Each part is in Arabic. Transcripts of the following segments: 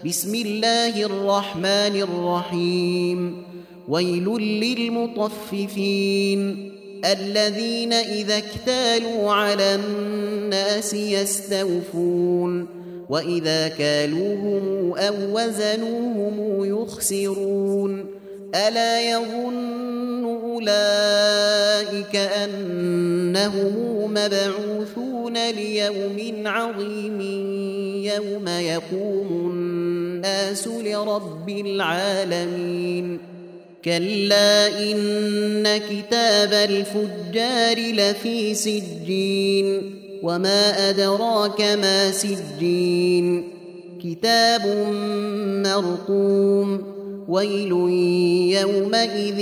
بسم الله الرحمن الرحيم ويل للمطففين الذين إذا اكتالوا على الناس يستوفون وإذا كالوهم أو وزنوهم يخسرون ألا يظن أولئك أنهم مبعوثون ليوم عظيم يوم يقوم الناس لرب العالمين كلا إن كتاب الفجار لفي سجين وما أدراك ما سجين كتاب مرقوم ويل يومئذ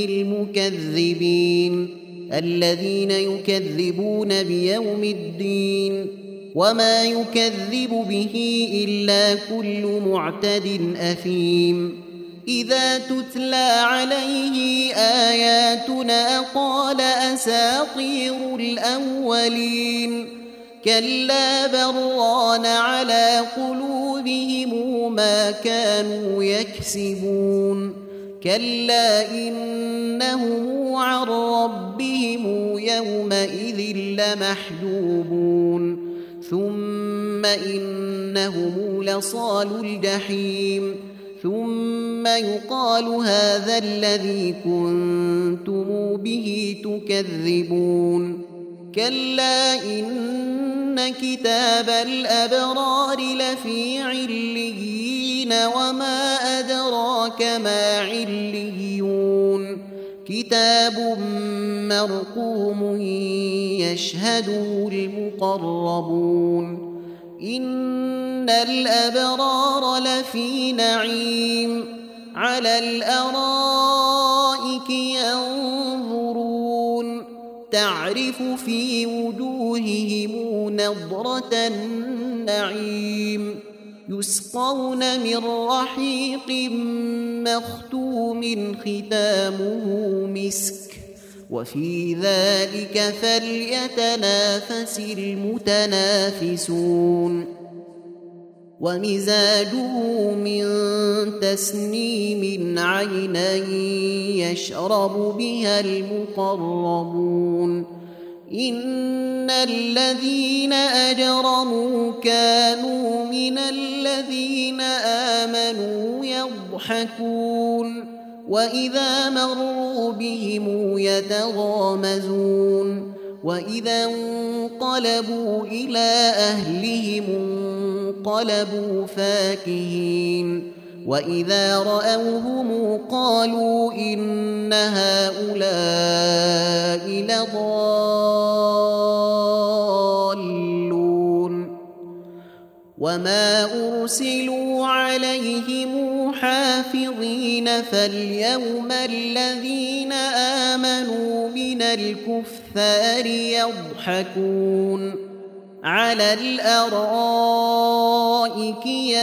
للمكذبين الذين يكذبون بيوم الدين وما يكذب به إلا كل معتد أثيم إذا تتلى عليه آياتنا قال أساطير الأولين كلا بران على قلوبهم ما كانوا يكسبون كلا إنهم عن ربهم يومئذ لمحجوبون ثم إنهم لصال الجحيم ثم يقال هذا الذي كنتم به تكذبون كلا إن كتاب الأبرار لفي عليين وما أدراك ما عليون كتاب مرقوم يشهده المقربون إن الأبرار لفي نعيم على الأرائك ينظرون تعرف في وجوههم نضرة النعيم يسقون من رحيق مختوم ختامه مسك وفي ذلك فليتنافس المتنافسون ومزاجه من تسنيم عينا يشرب بها المقربون إن الذين أجرموا كانوا من الذين آمنوا يضحكون وإذا مروا بهم يتغامزون وإذا انقلبوا إلى أهلهم انقلبوا فاكهين وإذا رأوهم قالوا إن هؤلاء لضالون وما أرسلوا عليهم حافظين فاليوم الذين آمنوا من الكفار يضحكون على الأرائك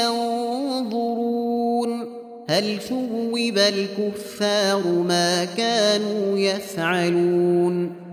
ينظرون هل ثوب الكفار ما كانوا يفعلون